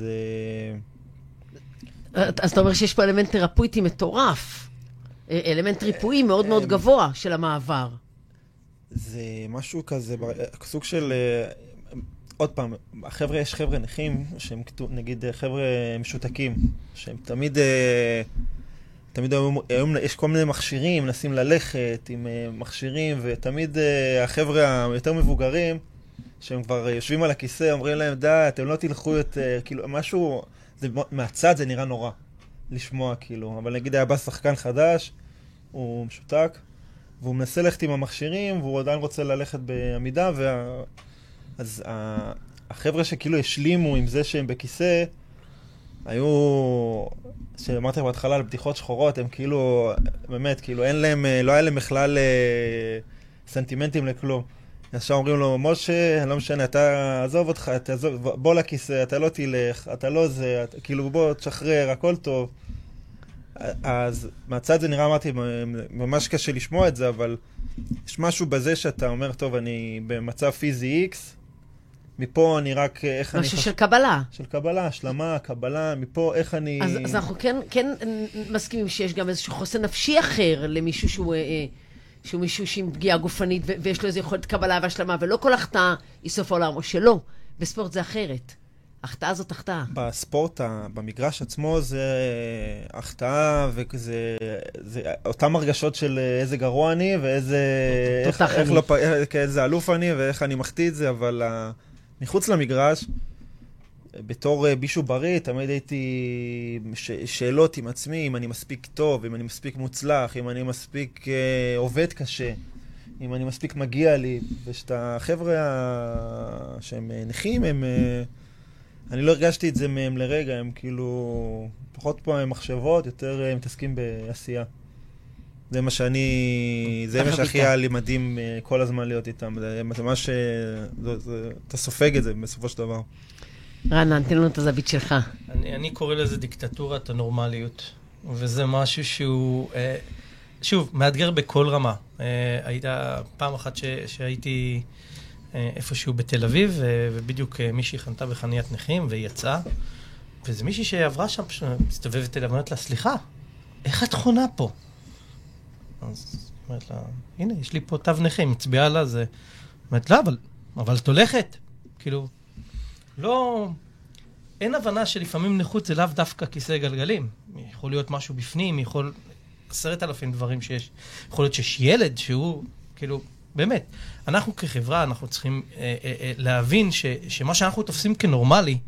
אה... אז אתה אומר שיש פה אלמנט תרפויטי מטורף. אלמנט ריפואי מאוד מאוד גבוה של המעבר. זה משהו כזה, סוג של... עוד פעם, החבר'ה, יש חבר'ה נכים, שהם נגיד חבר'ה משותקים, שהם תמיד, תמיד היום יש כל מיני מכשירים, מנסים ללכת עם מכשירים, ותמיד החבר'ה היותר מבוגרים, שהם כבר יושבים על הכיסא, אומרים להם, די, אתם לא תלכו יותר, כאילו, משהו, זה, מהצד זה נראה נורא לשמוע, כאילו, אבל נגיד היה בא שחקן חדש, הוא משותק, והוא מנסה ללכת עם המכשירים, והוא עדיין רוצה ללכת בעמידה, וה... אז החבר'ה שכאילו השלימו עם זה שהם בכיסא, היו, שאמרתי בהתחלה על בדיחות שחורות, הם כאילו, באמת, כאילו אין להם, לא היה להם בכלל סנטימנטים לכלום. ישר אומרים לו, משה, לא משנה, אתה עזוב אותך, תעזוב, בוא לכיסא, אתה לא תלך, אתה לא זה, אתה, כאילו בוא תשחרר, הכל טוב. אז מהצד זה נראה, אמרתי, ממש קשה לשמוע את זה, אבל יש משהו בזה שאתה אומר, טוב, אני במצב פיזי X, מפה אני רק, איך אני... משהו של קבלה. של קבלה, השלמה, קבלה, מפה איך אני... אז, אז אנחנו כן, כן מסכימים שיש גם איזשהו חוסן נפשי אחר למישהו שהוא, שהוא מישהו עם פגיעה גופנית, ו- ויש לו איזו יכולת קבלה והשלמה, ולא כל החטאה היא סוף העולם, או שלא. בספורט זה אחרת. החטאה זאת החטאה. בספורט, במגרש עצמו זה החטאה, וזה זה, אותם הרגשות של איזה גרוע אני, ואיזה איך, איך לא, איזה אלוף אני, ואיך אני מחטיא את זה, אבל מחוץ למגרש, בתור בישהו בריא, תמיד הייתי ש, שאלות עם עצמי, אם אני מספיק טוב, אם אני מספיק מוצלח, אם אני מספיק uh, עובד קשה, אם אני מספיק מגיע לי, ושאתה חבר'ה שהם נכים, הם... אני לא הרגשתי את זה מהם לרגע, הם כאילו פחות פה הם מחשבות, יותר הם מתעסקים בעשייה. זה מה שאני, זה מה שהכי היה לי מדהים כל הזמן להיות איתם. זה ממש, אתה סופג את זה בסופו של דבר. רענן, תן לנו את הזווית שלך. אני, אני קורא לזה דיקטטורת הנורמליות, וזה משהו שהוא, שוב, מאתגר בכל רמה. הייתה פעם אחת ש, שהייתי... איפשהו בתל אביב, ובדיוק מישהי חנתה בחניית נכים, והיא יצאה, וזה מישהי שעברה שם, מסתובבת אליה, ואומרת לה, סליחה, איך את חונה פה? אז היא אומרת לה, הנה, יש לי פה תו נכים, מצביעה לה, זה אומרת, לא, אבל, אבל את הולכת. כאילו, לא... אין הבנה שלפעמים נכות זה לאו דווקא כיסא גלגלים. יכול להיות משהו בפנים, יכול... עשרת אלפים דברים שיש. יכול להיות שיש ילד שהוא, כאילו, באמת. אנחנו כחברה, אנחנו צריכים אה, אה, אה, להבין ש, שמה שאנחנו תופסים כנורמלי,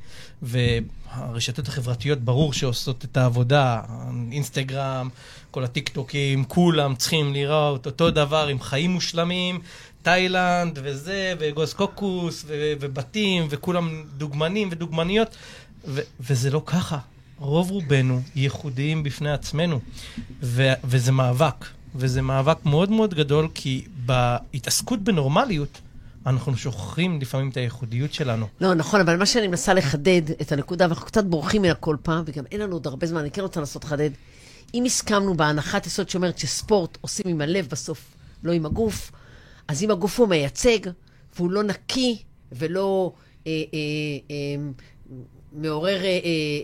והרשתות החברתיות ברור שעושות את העבודה, אינסטגרם, כל הטיק-טוקים, כולם צריכים לראות אותו דבר עם חיים מושלמים, תאילנד וזה, וגוז קוקוס, ו- ובתים, וכולם דוגמנים ודוגמניות, ו- וזה לא ככה. רוב רובנו ייחודיים בפני עצמנו, ו- וזה מאבק. וזה מאבק מאוד מאוד גדול, כי בהתעסקות בנורמליות, אנחנו שוכחים לפעמים את הייחודיות שלנו. לא, נכון, אבל מה שאני מנסה לחדד את הנקודה, ואנחנו קצת בורחים מן הכל פעם, וגם אין לנו עוד הרבה זמן, אני כן רוצה לנסות לחדד. אם הסכמנו בהנחת יסוד שאומרת שספורט עושים עם הלב בסוף, לא עם הגוף, אז אם הגוף הוא מייצג, והוא לא נקי, ולא אה, אה, אה, מעורר אה, אה,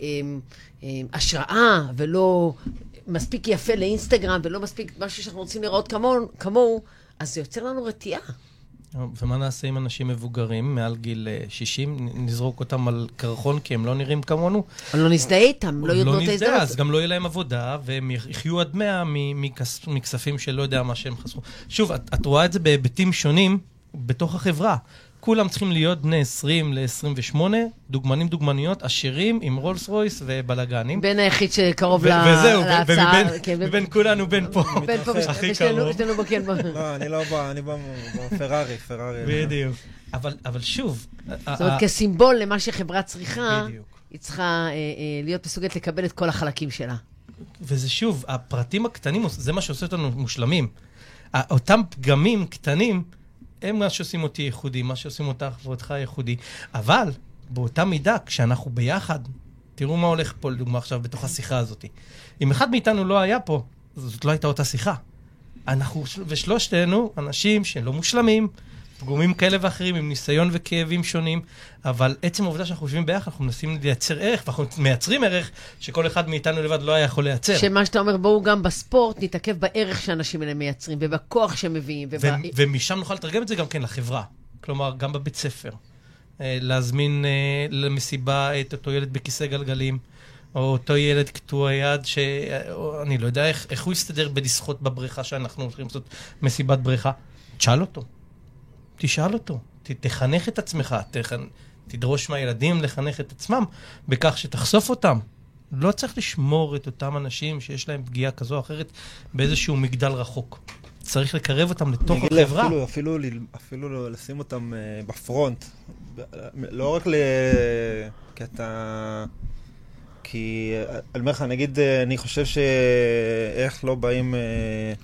אה, השראה, ולא מספיק יפה לאינסטגרם, ולא מספיק משהו שאנחנו רוצים לראות כמוהו, כמוהו, אז זה יוצר לנו רתיעה. ומה נעשה עם אנשים מבוגרים מעל גיל שישים? נזרוק אותם על קרחון כי הם לא נראים כמונו? לא נזדהה איתם, לא יודעות לא להזדהות. נזדהה, אז גם לא יהיה להם עבודה, והם יחיו עד מאה מכספים שלא יודע מה שהם חסרו. שוב, את, את רואה את זה בהיבטים שונים בתוך החברה. כולם צריכים להיות בני עשרים ל-עשרים ושמונה, דוגמנים דוגמניות, עשירים עם רולס רויס ובלגנים. בן היחיד שקרוב להצעה. וזהו, ובין כולנו בין פה. בין פה, הכי קרוב. שתנו בו כן. לא, אני לא בא, אני בא בפרארי, פרארי. בדיוק. אבל שוב... זאת אומרת, כסימבול למה שחברה צריכה, היא צריכה להיות מסוגלת לקבל את כל החלקים שלה. וזה שוב, הפרטים הקטנים, זה מה שעושה אותנו מושלמים. אותם פגמים קטנים, הם מה שעושים אותי ייחודי, מה שעושים אותך ואותך ייחודי. אבל באותה מידה, כשאנחנו ביחד, תראו מה הולך פה לדוגמה עכשיו בתוך השיחה הזאת. אם אחד מאיתנו לא היה פה, זאת לא הייתה אותה שיחה. אנחנו ושלושתנו אנשים שלא מושלמים, פגומים כאלה ואחרים, עם ניסיון וכאבים שונים, אבל עצם העובדה שאנחנו חושבים ביחד, אנחנו מנסים לייצר ערך, ואנחנו מייצרים ערך שכל אחד מאיתנו לבד לא היה יכול לייצר. שמה שאתה אומר, בואו גם בספורט נתעכב בערך שאנשים האלה מייצרים, ובכוח שמביאים. ו- ובא... ומשם נוכל לתרגם את זה גם כן לחברה. כלומר, גם בבית ספר. להזמין למסיבה את אותו ילד בכיסא גלגלים, או אותו ילד קטוע יד, שאני לא יודע איך, איך הוא יסתדר בלשחות בבריכה שאנחנו הולכים לעשות מסיבת בריכה. תשאל אותו. תשאל אותו, ת, תחנך את עצמך, תחנ... תדרוש מהילדים לחנך את עצמם, בכך שתחשוף אותם. לא צריך לשמור את אותם אנשים שיש להם פגיעה כזו או אחרת באיזשהו מגדל רחוק. צריך לקרב אותם לתוך החברה. אפילו, אפילו, אפילו לשים אותם uh, בפרונט. לא רק ל... כי אתה... כי, אני אומר לך, נגיד, אני חושב שאיך לא באים... Uh,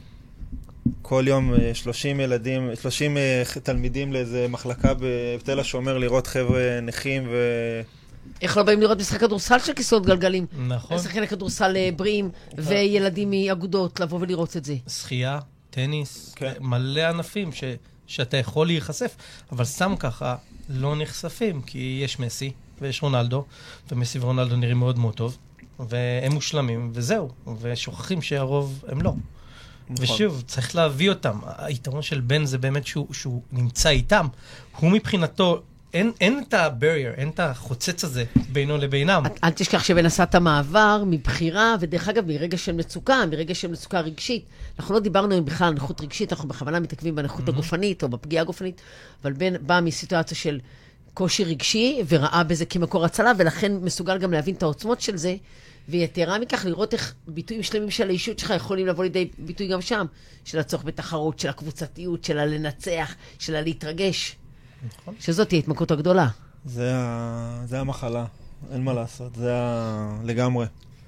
כל יום שלושים ילדים, שלושים תלמידים לאיזה מחלקה בתל השומר לראות חבר'ה נכים ו... איך לא באים לראות משחק כדורסל של כיסאות גלגלים? נכון. משחקי כדורסל בריאים וילדים מאגודות לבוא ולראות את זה. שחייה, טניס, מלא ענפים ש... שאתה יכול להיחשף, אבל סתם ככה לא נחשפים, כי יש מסי ויש רונלדו, ומסי ורונלדו נראים מאוד מאוד טוב, והם מושלמים, וזהו, ושוכחים שהרוב הם לא. נכון. ושוב, צריך להביא אותם. היתרון של בן זה באמת שהוא, שהוא נמצא איתם. הוא מבחינתו, אין, אין את ה-barrier, אין את החוצץ הזה בינו לבינם. אל תשכח שבן עשה את המעבר מבחירה, ודרך אגב, מרגע של מצוקה, מרגע של מצוקה רגשית. אנחנו לא דיברנו עם בכלל על נכות רגשית, אנחנו בכוונה מתעכבים בנכות mm-hmm. הגופנית או בפגיעה הגופנית, אבל בן בא מסיטואציה של קושי רגשי, וראה בזה כמקור הצלה, ולכן מסוגל גם להבין את העוצמות של זה, ויתרה מכך לראות איך ביטויים שלמים של האישות שלך יכולים לבוא לידי ביטוי גם שם, של הצורך בתחרות, של הקבוצתיות, של הלנצח, של הלהתרגש. נכון. שזאת היא ההתמכרות הגדולה. זה, ה... זה המחלה, אין מה לעשות, זה ה... לגמרי.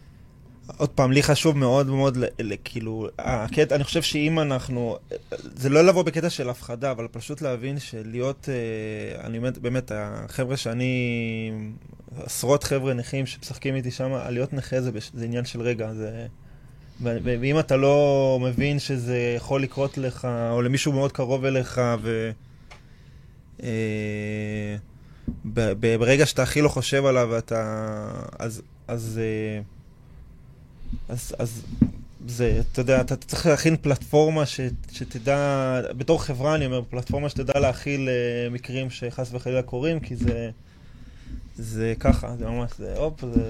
עוד פעם, לי חשוב מאוד מאוד, ל... כאילו, הקטע, אני חושב שאם אנחנו, זה לא לבוא בקטע של הפחדה, אבל פשוט להבין שלהיות, אני באמת, באמת, החבר'ה שאני, עשרות חבר'ה נכים שמשחקים איתי שם, להיות נכה זה, זה עניין של רגע, זה... ואם אתה לא מבין שזה יכול לקרות לך, או למישהו מאוד קרוב אליך, ו... ברגע שאתה הכי לא חושב עליו, ואתה... אז... אז... אז... אז זה, אתה יודע, אתה צריך להכין פלטפורמה ש, שתדע, בתור חברה אני אומר, פלטפורמה שתדע להכיל uh, מקרים שחס וחלילה קורים, כי זה, זה ככה, זה ממש, זה אופ, זה...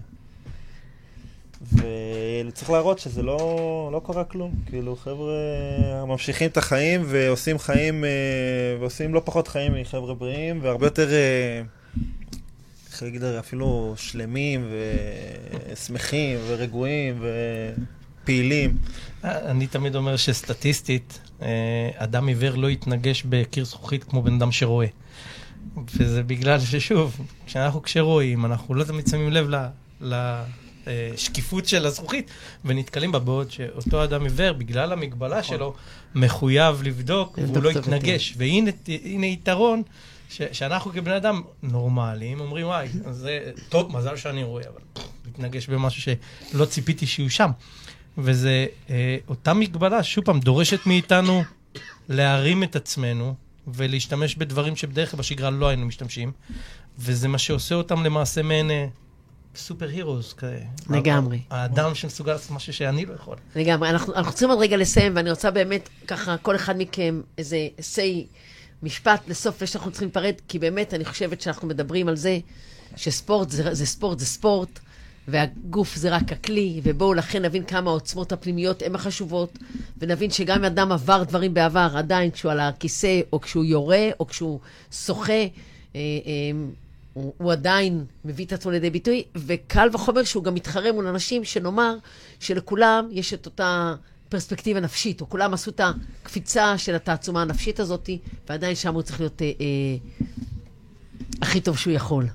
וצריך להראות שזה לא, לא קרה כלום. כאילו, חבר'ה ממשיכים את החיים ועושים חיים, ועושים לא פחות חיים מחבר'ה בריאים, והרבה יותר, איך להגיד, אפילו שלמים ושמחים ורגועים ופעילים. אני תמיד אומר שסטטיסטית, אדם עיוור לא יתנגש בקיר זכוכית כמו בן אדם שרואה. וזה בגלל ששוב, כשאנחנו כשרואים, אנחנו לא תמיד שמים לב ל... ל... שקיפות של הזכוכית, ונתקלים בה בעוד שאותו אדם עיוור, בגלל המגבלה שלו, מחויב לבדוק, והוא לא יתנגש. והנה יתרון, שאנחנו כבני אדם נורמליים, אומרים, וואי, זה טוב, מזל שאני רואה, אבל מתנגש במשהו שלא ציפיתי שיהיו שם. וזה, אותה מגבלה, שוב פעם, דורשת מאיתנו להרים את עצמנו, ולהשתמש בדברים שבדרך כלל בשגרה לא היינו משתמשים, וזה מה שעושה אותם למעשה מעין סופר הירוס כאלה. לגמרי. האדם שמסוגל לעשות משהו שאני לא יכול. לגמרי. אנחנו, אנחנו צריכים עוד רגע לסיים, ואני רוצה באמת ככה, כל אחד מכם, איזה סי משפט לסוף, ושאנחנו צריכים לפרד, כי באמת אני חושבת שאנחנו מדברים על זה, שספורט זה, זה ספורט, זה ספורט, והגוף זה רק הכלי, ובואו לכן נבין כמה העוצמות הפנימיות הן החשובות, ונבין שגם אם אדם עבר דברים בעבר, עדיין כשהוא על הכיסא, או כשהוא יורה, או כשהוא שוחה, אה, אה, הוא, הוא עדיין מביא את עצמו לידי ביטוי, וקל וחומר שהוא גם מתחרה מול אנשים שנאמר שלכולם יש את אותה פרספקטיבה נפשית, או כולם עשו את הקפיצה של התעצומה הנפשית הזאת, ועדיין שם הוא צריך להיות אה, אה, הכי טוב שהוא יכול.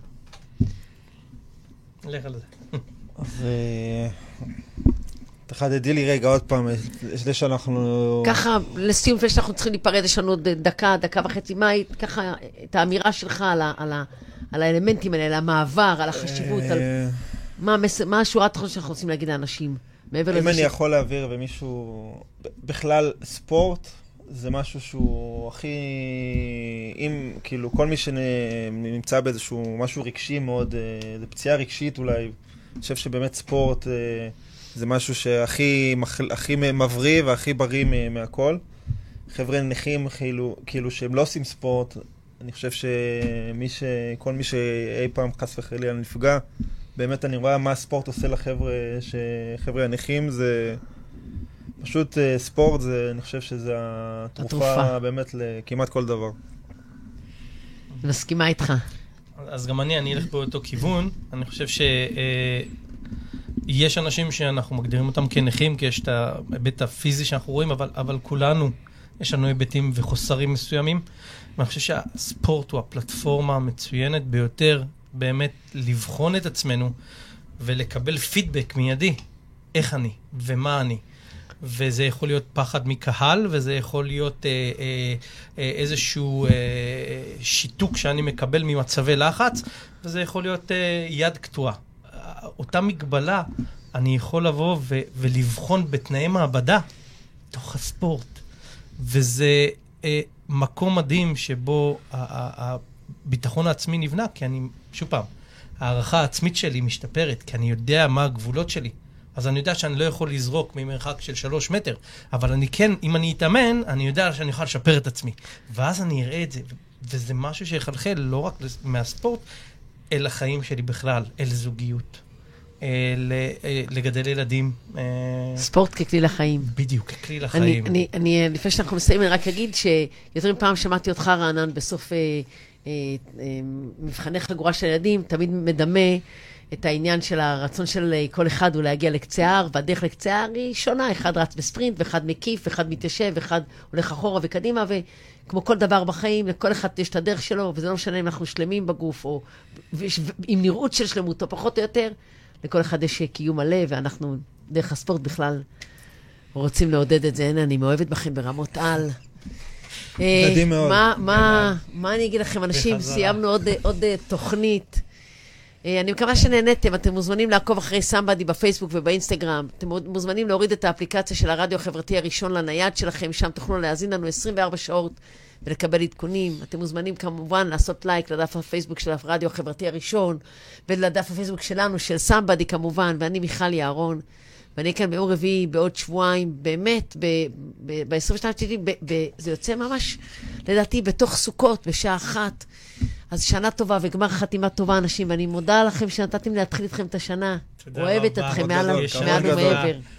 לך על זה. אז תחדדי לי רגע עוד פעם, לפני שאנחנו... ככה, לסיום, לפני שאנחנו צריכים להיפרד, יש לנו עוד דקה, דקה וחצי, מה היית, ככה, את האמירה שלך על, ה, על, ה, על האלמנטים האלה, על המעבר, על החשיבות, על... מה, המס... מה השורה התחתונה שאנחנו רוצים להגיד לאנשים? אם אני יכול להעביר ומישהו... בכלל, ספורט זה משהו שהוא הכי... אם, כאילו, כל מי שנמצא באיזשהו משהו רגשי מאוד, זה פציעה רגשית אולי, אני חושב שבאמת ספורט זה משהו שהכי הכי מבריא והכי בריא מהכל. חבר'ה נכים, כאילו, כאילו שהם לא עושים ספורט, אני חושב שמי ש... כל מי שאי פעם חס וחלילה נפגע, באמת אני רואה מה הספורט עושה לחבר'ה, שחבר'ה הנכים זה פשוט ספורט, זה, אני חושב שזה התרופה, התרופה. באמת לכמעט כל דבר. מסכימה איתך. אז גם אני, אני אלך באותו כיוון. אני חושב שיש אנשים שאנחנו מגדירים אותם כנכים, כי יש את ההיבט הפיזי שאנחנו רואים, אבל, אבל כולנו, יש לנו היבטים וחוסרים מסוימים. ואני חושב שהספורט הוא הפלטפורמה המצוינת ביותר, באמת לבחון את עצמנו, ולקבל פידבק מיידי, איך אני ומה אני. וזה יכול להיות פחד מקהל, וזה יכול להיות אה, אה, אה, איזשהו אה, שיתוק שאני מקבל ממצבי לחץ, וזה יכול להיות אה, יד קטועה. אותה מגבלה, אני יכול לבוא ו- ולבחון בתנאי מעבדה, תוך הספורט. וזה אה, מקום מדהים שבו הביטחון העצמי נבנה, כי אני, שוב פעם, הערכה העצמית שלי משתפרת, כי אני יודע מה הגבולות שלי. אז אני יודע שאני לא יכול לזרוק ממרחק של שלוש מטר, אבל אני כן, אם אני אתאמן, אני יודע שאני יכול לשפר את עצמי. ואז אני אראה את זה, וזה משהו שיחלחל לא רק מהספורט, אל החיים שלי בכלל, אל זוגיות, אל, לגדל ילדים. ספורט ככלי לחיים. בדיוק, ככלי לחיים. אני, אני, אני, לפני שאנחנו מסיימים, אני רק אגיד שיותר פעם שמעתי אותך, רענן, בסוף אה, אה, אה, מבחני חגורה של ילדים, תמיד מדמה את העניין של הרצון של כל אחד הוא להגיע לקצה ההר, והדרך לקצה ההר היא שונה. אחד רץ בספרינט, ואחד מקיף, ואחד מתיישב, ואחד הולך אחורה וקדימה, וכמו כל דבר בחיים, לכל אחד יש את הדרך שלו, וזה לא משנה אם אנחנו שלמים בגוף, או עם נראות של שלמות, או פחות או יותר, לכל אחד יש קיום מלא, ואנחנו, דרך הספורט בכלל, רוצים לעודד את זה. הנה, אני מאוהבת בכם ברמות על. מדהים מאוד. מה אני אגיד לכם, אנשים, סיימנו עוד תוכנית. אני מקווה שנהנתם, אתם מוזמנים לעקוב אחרי סמבדי בפייסבוק ובאינסטגרם, אתם מוזמנים להוריד את האפליקציה של הרדיו החברתי הראשון לנייד שלכם, שם תוכלו להאזין לנו עשרים וארבע שעות ולקבל עדכונים. אתם מוזמנים כמובן לעשות לייק לדף הפייסבוק של הרדיו החברתי הראשון, ולדף הפייסבוק שלנו, של סמבדי כמובן, ואני מיכל יערון, ואני כאן ביום רביעי, בעוד שבועיים, באמת, ב-עשרים ושתיים שתיים, זה יוצא ממש, לדעתי, בתוך סוכות, בשעה אחת. אז שנה טובה וגמר חתימה טובה, אנשים, ואני מודה לכם שנתתם להתחיל איתכם את השנה. אוהבת אתכם מעל ומעבר.